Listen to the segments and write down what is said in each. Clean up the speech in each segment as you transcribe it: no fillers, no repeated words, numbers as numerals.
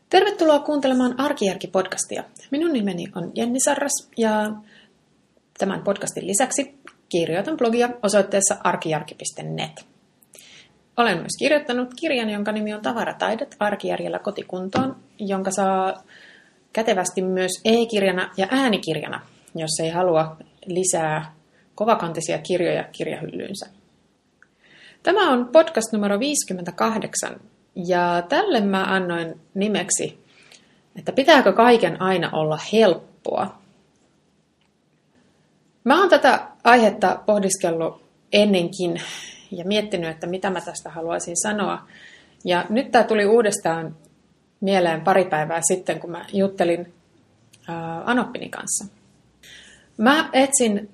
Tervetuloa kuuntelemaan Arkijärki-podcastia. Minun nimeni on Jenni Sarras ja tämän podcastin lisäksi kirjoitan blogia osoitteessa arkijarki.net. Olen myös kirjoittanut kirjan, jonka nimi on Tavarataidot arkijärjellä kotikuntoon, jonka saa kätevästi myös e-kirjana ja äänikirjana, jos ei halua lisää kovakantisia kirjoja kirjahyllyynsä. Tämä on podcast numero 58 ja tälle mä annoin nimeksi, että pitääkö kaiken aina olla helppoa. Mä oon tätä aihetta pohdiskellut ennenkin ja miettinyt, että mitä mä tästä haluaisin sanoa. Ja nyt tää tuli uudestaan mieleen pari päivää sitten, kun mä juttelin anoppini kanssa. Mä etsin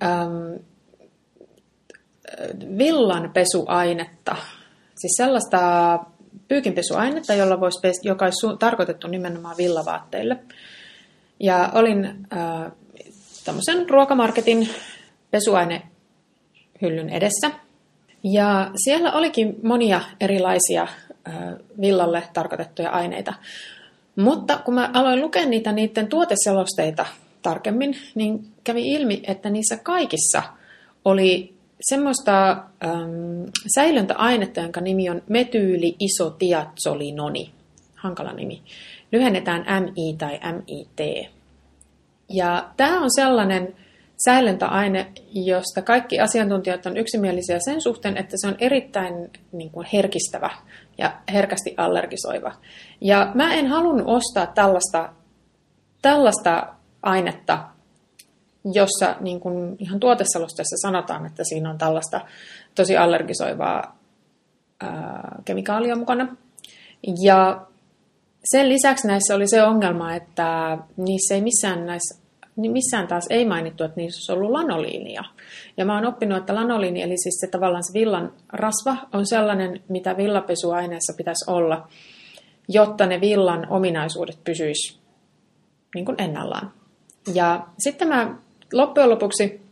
villanpesuainetta, siis sellaista pyykinpesuainetta, joka olisi tarkoitettu nimenomaan villavaatteille. Ja olin tämmöisen ruokamarketin pesuainehyllyn edessä. Ja siellä olikin monia erilaisia villalle tarkoitettuja aineita. Mutta kun mä aloin lukea niiden tuoteselosteita tarkemmin, niin kävi ilmi, että niissä kaikissa oli semmoista säilöntäainetta, jonka nimi on metyyli-isotiazolinoni. Hankala nimi. Lyhennetään MI tai MIT. Ja tämä on sellainen säilöntäaine, josta kaikki asiantuntijat on yksimielisiä sen suhteen, että se on erittäin herkistävä ja herkästi allergisoiva. Ja mä en halunnut ostaa tällaista ainetta, jossa niin kuin ihan tuoteselosteessa sanotaan, että siinä on tällaista tosi allergisoivaa kemikaalia mukana. Ja sen lisäksi näissä oli se ongelma, että niissä ei missään taas ei mainittu, että niissä olisi ollut lanoliinia. Ja mä oon oppinut, että lanoliini, eli siis se tavallaan se villan rasva, on sellainen, mitä villapesuaineessa pitäisi olla, jotta ne villan ominaisuudet pysyisi niin kuin ennallaan. Ja sitten mä loppujen lopuksi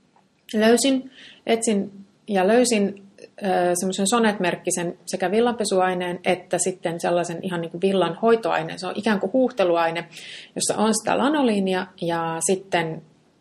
löysin semmoisen Sonet-merkkisen sekä villanpesuaineen että sitten sellaisen ihan niin kuin villan hoitoaineen. Se on ikään kuin huuhteluaine, jossa on sitä lanoliinia ja sitten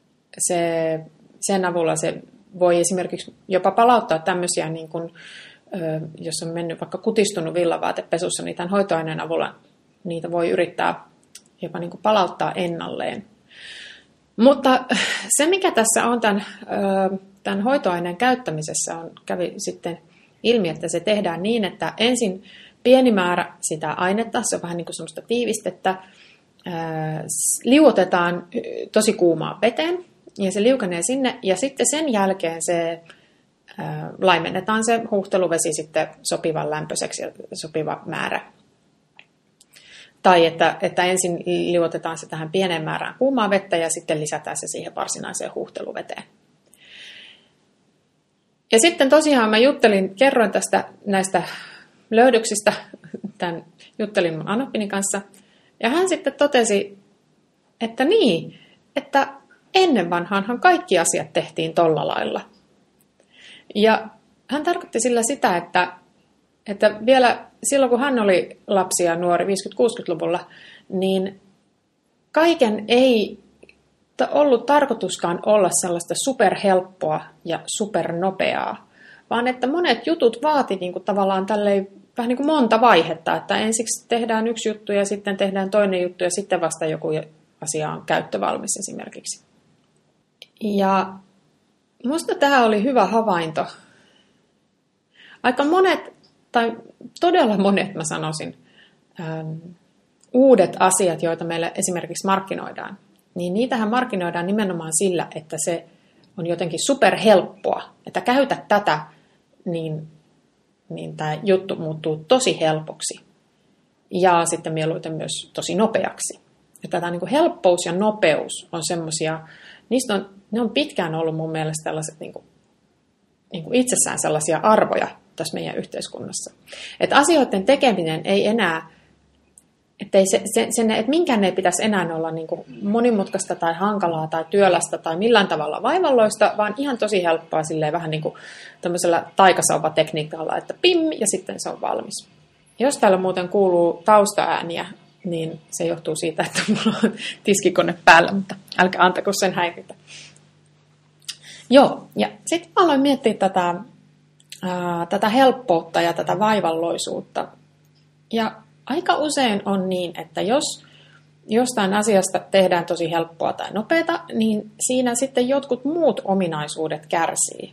sen avulla se voi esimerkiksi jopa palauttaa tämmöisiä, niin kuin, jos on mennyt vaikka kutistunut villavaatepesussa, niin tämän hoitoaineen avulla niitä voi yrittää jopa niin kuin palauttaa ennalleen. Mutta se, mikä tässä on tämän hoitoaineen käyttämisessä, kävi sitten ilmi, että se tehdään niin, että ensin pieni määrä sitä ainetta, se on vähän niin kuin semmoista tiivistettä, liuotetaan tosi kuumaan veteen ja se liukenee sinne ja sitten sen jälkeen se laimennetaan se huuhteluvesi sitten sopivan lämpöiseksi ja sopiva määrä. Tai että ensin liuotetaan se tähän pienen määrään kuumaa vettä ja sitten lisätään se siihen varsinaiseen huuhteluveteen. Ja sitten tosiaan mä kerroin näistä löydöksistä, juttelin mun anoppini kanssa. Ja hän sitten totesi, että ennen vanhaanhan kaikki asiat tehtiin tolla lailla. Ja hän tarkoitti sillä sitä, että vielä silloin kun hän oli lapsi ja nuori 50-60-luvulla, niin kaiken ei ollut tarkoituskaan olla sellaista superhelppoa ja supernopeaa, vaan että monet jutut vaati niin kuin tavallaan tälleen vähän niin kuin monta vaihetta, että ensiksi tehdään yksi juttu ja sitten tehdään toinen juttu ja sitten vasta joku asia on käyttövalmis esimerkiksi. Ja musta tämä oli hyvä havainto. Aika monet, tai todella monet mä sanoisin, uudet asiat, joita meille esimerkiksi markkinoidaan, niin niitähän markkinoidaan nimenomaan sillä, että se on jotenkin superhelppoa, että käytä tätä, niin tämä juttu muuttuu tosi helpoksi ja sitten mieluiten myös tosi nopeaksi. Ja tätä niin kuin helppous ja nopeus on semmoisia, ne on pitkään ollut mun mielestä tällaiset niin kuin itsessään sellaisia arvoja tässä meidän yhteiskunnassa. Että asioiden tekeminen ei enää, että minkään ei pitäisi enää olla niin kuin monimutkaista tai hankalaa tai työlästä tai millään tavalla vaivalloista, vaan ihan tosi helppoa silleen vähän niin kuin tämmöisellä taikasauvatekniikalla, että pim ja sitten se on valmis. Jos täällä muuten kuuluu taustaääniä, niin se johtuu siitä, että mulla on tiskikone päällä, mutta älkää antako sen häiritä. Joo, ja sitten mä aloin miettiä tätä helppoutta ja tätä vaivalloisuutta. Ja aika usein on niin, että jos jostain asiasta tehdään tosi helppoa tai nopeata, niin siinä sitten jotkut muut ominaisuudet kärsii.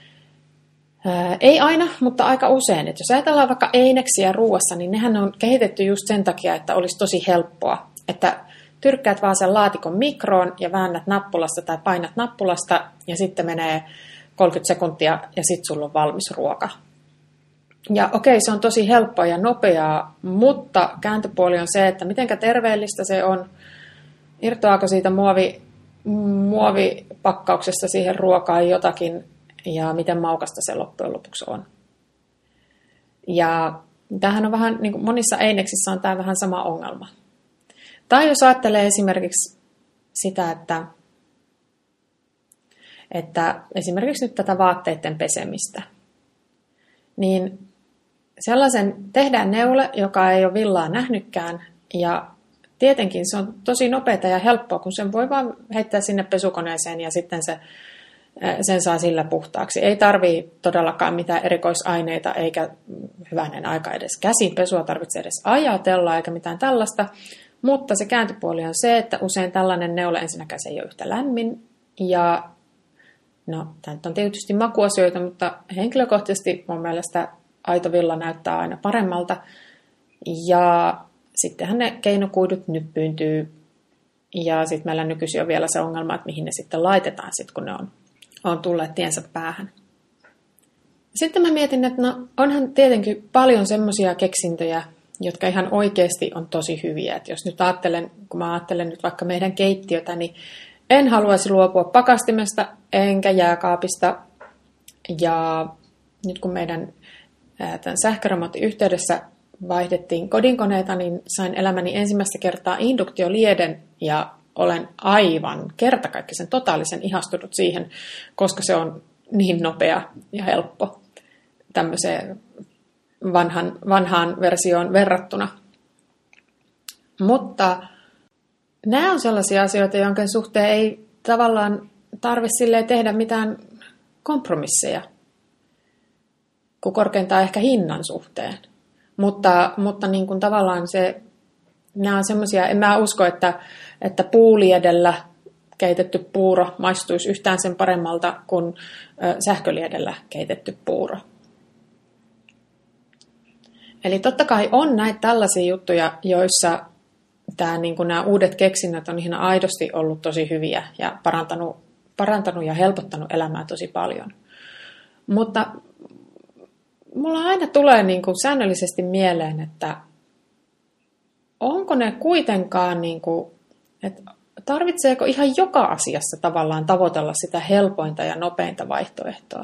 Ei aina, mutta aika usein. Et jos ajatellaan vaikka eineksiä ruuassa, niin nehän on kehitetty just sen takia, että olisi tosi helppoa. Että tyrkkäät vaan sen laatikon mikroon ja väännät nappulasta tai painat nappulasta ja sitten menee 30 sekuntia ja sitten sulla on valmis ruoka. Ja okei, se on tosi helppoa ja nopeaa, mutta kääntöpuoli on se, että mitenkä terveellistä se on, irtoaako siitä muovipakkauksesta siihen ruokaan jotakin ja miten maukasta se loppujen lopuksi on. Ja tämähän on vähän, niin kuin monissa eineksissä on tämä vähän sama ongelma. Tai jos ajattelee esimerkiksi sitä, että esimerkiksi nyt tätä vaatteiden pesemistä, niin sellaisen tehdään neule, joka ei ole villaa nähnytkään, ja tietenkin se on tosi nopeata ja helppoa, kun sen voi vaan heittää sinne pesukoneeseen ja sitten sen saa sillä puhtaaksi. Ei tarvitse todellakaan mitään erikoisaineita eikä hyvänen aika edes käsinpesua tarvitse edes ajatella eikä mitään tällaista, mutta se kääntöpuoli on se, että usein tällainen neule ensinnäkään se ei ole yhtä lämmin ja no, tämä on tietysti makuasioita, mutta henkilökohtaisesti mun mielestä aito villa näyttää aina paremmalta. Ja sittenhän ne keinokuidut nyppyyntyy. Ja sitten meillä nykyisin on vielä se ongelma, että mihin ne sitten laitetaan, sit, kun ne on tulleet tiensä päähän. Sitten mä mietin, että no, onhan tietenkin paljon semmoisia keksintöjä, jotka ihan oikeasti on tosi hyviä. Et jos nyt kun mä ajattelen nyt vaikka meidän keittiötä, niin en haluaisi luopua pakastimesta enkä jääkaapista. Ja nyt kun meidän tämän sähköremontin yhteydessä vaihdettiin kodinkoneita, niin sain elämäni ensimmäistä kertaa induktiolieden ja olen aivan kertakaikkisen totaalisen ihastunut siihen, koska se on niin nopea ja helppo tämmöiseen vanhaan versioon verrattuna. Mutta nämä on sellaisia asioita, jonka suhteen ei tavallaan tarvitse tehdä mitään kompromisseja, kuin korkeintaan ehkä hinnan suhteen. Mutta niin kuin tavallaan nämä on semmoisia, en mä usko, että puuliedellä keitetty puuro maistuisi yhtään sen paremmalta kuin sähköliedellä keitetty puuro. Eli totta kai on näitä tällaisia juttuja, joissa nämä uudet keksinnöt on ihan aidosti ollut tosi hyviä ja parantanut ja helpottanut elämää tosi paljon. Mutta mulla aina tulee niin kuin säännöllisesti mieleen, että onko ne kuitenkaan, niin kuin, että tarvitseeko ihan joka asiassa tavallaan tavoitella sitä helpointa ja nopeinta vaihtoehtoa.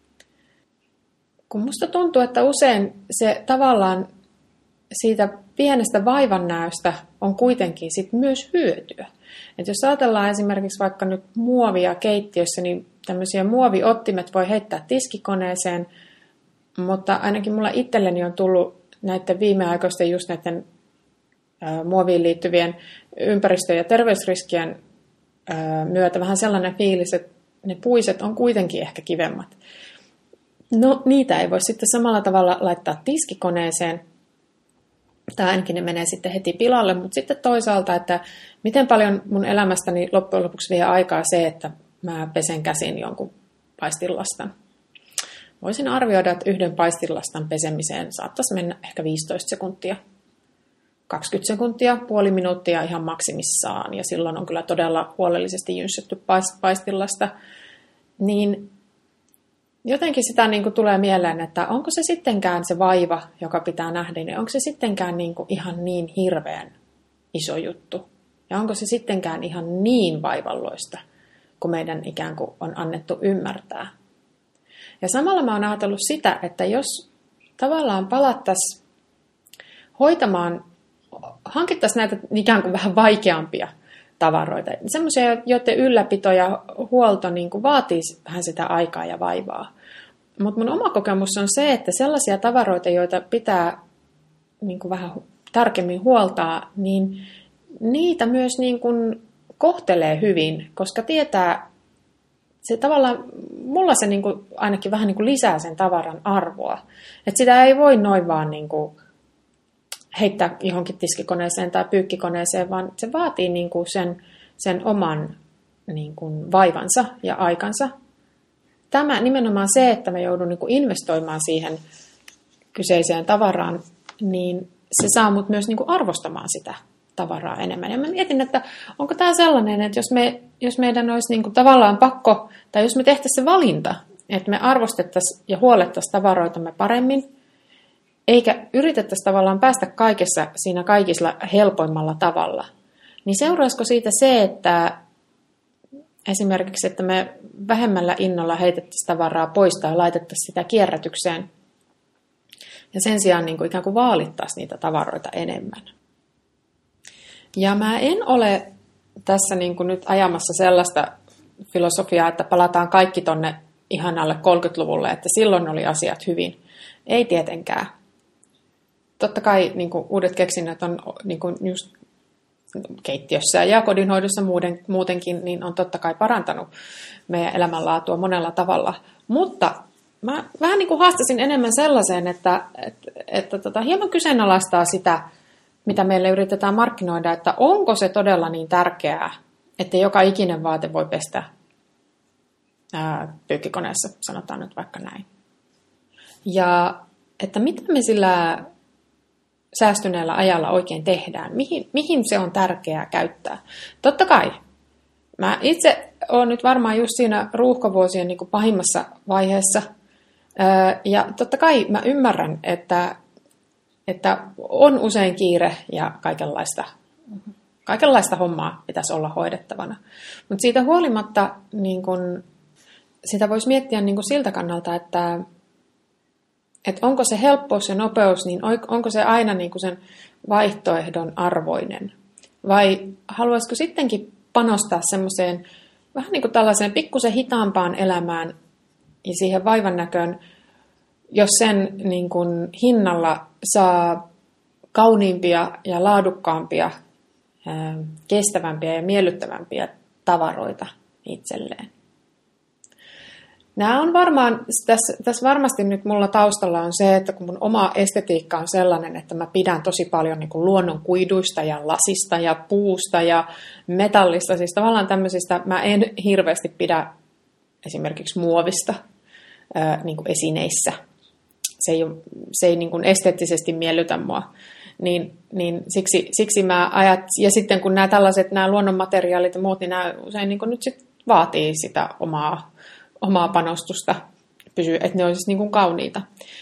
Kun musta tuntuu, että usein se tavallaan siitä pienestä vaivannäöstä on kuitenkin sit myös hyötyä. Et jos ajatellaan esimerkiksi vaikka nyt muovia keittiössä, niin tämmöisiä muoviottimet voi heittää tiskikoneeseen, mutta ainakin mulla itselleni on tullut näiden viimeaikoisten just näiden muoviin liittyvien ympäristö- ja terveysriskien myötä vähän sellainen fiilis, että ne puiset on kuitenkin ehkä kivemmat. No niitä ei voi sitten samalla tavalla laittaa tiskikoneeseen, tai ainakin ne menee sitten heti pilalle, mutta sitten toisaalta, että miten paljon mun elämästäni loppujen lopuksi vie aikaa se, että mä pesen käsin jonkun paistinlastan. Voisin arvioida, että yhden paistinlastan pesemiseen saattaisi mennä ehkä 15 sekuntia, 20 sekuntia, puoli minuuttia ihan maksimissaan, ja silloin on kyllä todella huolellisesti jynssätty paistinlasta, niin jotenkin sitä niin kuin tulee mieleen, että onko se sittenkään se vaiva, joka pitää nähdä, niin onko se sittenkään niin kuin ihan niin hirveän iso juttu, ja onko se sittenkään ihan niin vaivalloista, kun meidän ikään kuin on annettu ymmärtää. Ja samalla mä oon ajatellut sitä, että jos tavallaan palattaisiin hoitamaan, hankittaisiin näitä ikään kuin vähän vaikeampia tavaroita, semmoisia, joiden ylläpito ja huolto niin kuin vaatii vähän sitä aikaa ja vaivaa. Mutta mun oma kokemus on se, että sellaisia tavaroita, joita pitää niin kuin vähän tarkemmin huoltaa, niin niitä myös niin kuin kohtelee hyvin, koska tietää, se tavallaan, mulla se niin kuin ainakin vähän niin kuin lisää sen tavaran arvoa. Että sitä ei voi noin vaan niin kuin heittää johonkin tiskikoneeseen tai pyykkikoneeseen, vaan se vaatii niin kuin sen oman niin kuin vaivansa ja aikansa. Tämä nimenomaan se, että mä joudun niin kuin investoimaan siihen kyseiseen tavaraan, niin se saa mut myös niin kuin arvostamaan sitä tavaraa enemmän. Ja mä mietin, että onko tämä sellainen, että jos meidän olisi niin kuin tavallaan pakko, tai jos me tehtäisiin se valinta, että me arvostettaisiin ja huolettaisiin tavaroitamme paremmin, eikä yritettäisiin tavallaan päästä kaikessa siinä kaikilla helpoimmalla tavalla, niin seuraisiko siitä se, että esimerkiksi, että me vähemmällä innolla heitettäisiin tavaraa pois tai laitettaisiin sitä kierrätykseen, ja sen sijaan niin kuin ikään kuin vaalittaisiin niitä tavaroita enemmän. Ja mä en ole tässä niin kuin nyt ajamassa sellaista filosofiaa, että palataan kaikki tonne ihanalle 30-luvulle, että silloin oli asiat hyvin. Ei tietenkään. Totta kai niin kuin uudet keksinnöt on niin kuin just keittiössä ja kodinhoidossa muutenkin, niin on totta kai parantanut meidän elämänlaatua monella tavalla. Mutta mä vähän niin kuin haastasin enemmän sellaiseen, että hieman kyseenalaistaa sitä, mitä meille yritetään markkinoida, että onko se todella niin tärkeää, että joka ikinen vaate voi pestä pyykkikoneessa, sanotaan nyt vaikka näin. Ja että mitä me sillä säästyneellä ajalla oikein tehdään, mihin se on tärkeää käyttää. Totta kai, mä itse olen nyt varmaan just siinä ruuhkavuosien niin kuin pahimmassa vaiheessa, ja totta kai mä ymmärrän, että on usein kiire ja kaikenlaista hommaa pitäisi olla hoidettavana. Mutta siitä huolimatta niin kun, sitä voisi miettiä niin kun siltä kannalta, että onko se helppous ja nopeus, niin onko se aina niin kun sen vaihtoehdon arvoinen. Vai haluaisiko sittenkin panostaa semmoiseen vähän niin kuin tällaiseen pikkusen hitaampaan elämään ja siihen vaivan näköön, jos sen niin kuin hinnalla saa kauniimpia ja laadukkaampia, kestävämpiä ja miellyttävämpiä tavaroita itselleen. Nämä on varmaan, tässä varmasti nyt mulla taustalla on se, että kun mun oma estetiikka on sellainen, että mä pidän tosi paljon niin kuin luonnon kuiduista ja lasista ja puusta ja metallista, siis tavallaan tämmöisistä, mä en hirveästi pidä esimerkiksi muovista niin kuin esineissä. Se ei niin kuin esteettisesti miellytä mua. Niin siksi mä ja sitten kun nämä luonnonmateriaalit ja muut, niin nämä usein niin kuin nyt sit vaatii sitä omaa panostusta, että ne olisi niin kuin kauniita.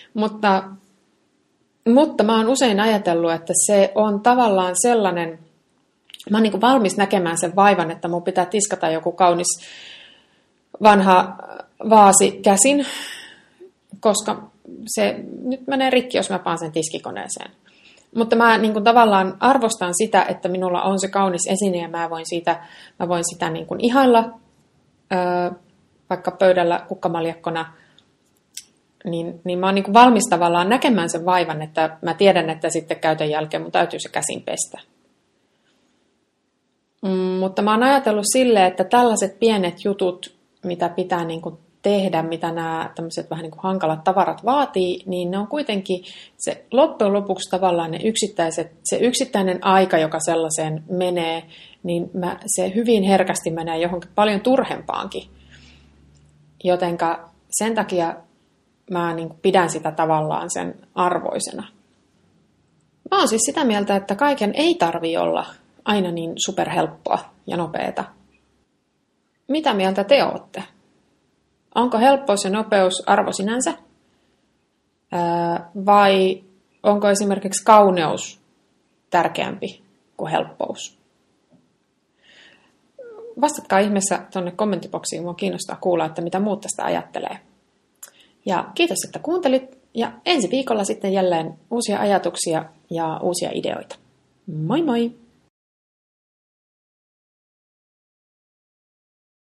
Mutta mä oon usein ajatellut, että se on tavallaan sellainen, mä oon niin kuin valmis näkemään sen vaivan, että mun pitää tiskata joku kaunis vanha vaasi käsin, koska se nyt menee rikki, jos mä paan sen tiskikoneeseen. Mutta mä niin kuin tavallaan arvostan sitä, että minulla on se kaunis esine ja mä voin sitä niin kuin ihailla vaikka pöydällä kukkamaljakkona, niin mä oon niin kuin valmis tavallaan näkemään sen vaivan, että mä tiedän, että sitten käytön jälkeen mun täytyy se käsin pestä. Mutta mä oon ajatellut silleen, että tällaiset pienet jutut, mitä pitää niin kuin tehdä, mitä nämä tämmöiset vähän niin kuin hankalat tavarat vaatii, niin ne on kuitenkin se loppujen lopuksi tavallaan se yksittäinen aika, joka sellaiseen menee, niin se hyvin herkästi menee johonkin paljon turhempaankin. Jotenka sen takia mä niin kuin pidän sitä tavallaan sen arvoisena. Mä oon siis sitä mieltä, että kaiken ei tarvitse olla aina niin superhelppoa ja nopeata. Mitä mieltä te ootte? Onko helppous ja nopeus arvo sinänsä? Vai onko esimerkiksi kauneus tärkeämpi kuin helppous? Vastatkaa ihmeessä tuonne kommenttiboksiin, minua kiinnostaa kuulla, että mitä muut tästä ajattelee. Ja kiitos, että kuuntelit. Ja ensi viikolla sitten jälleen uusia ajatuksia ja uusia ideoita. Moi moi!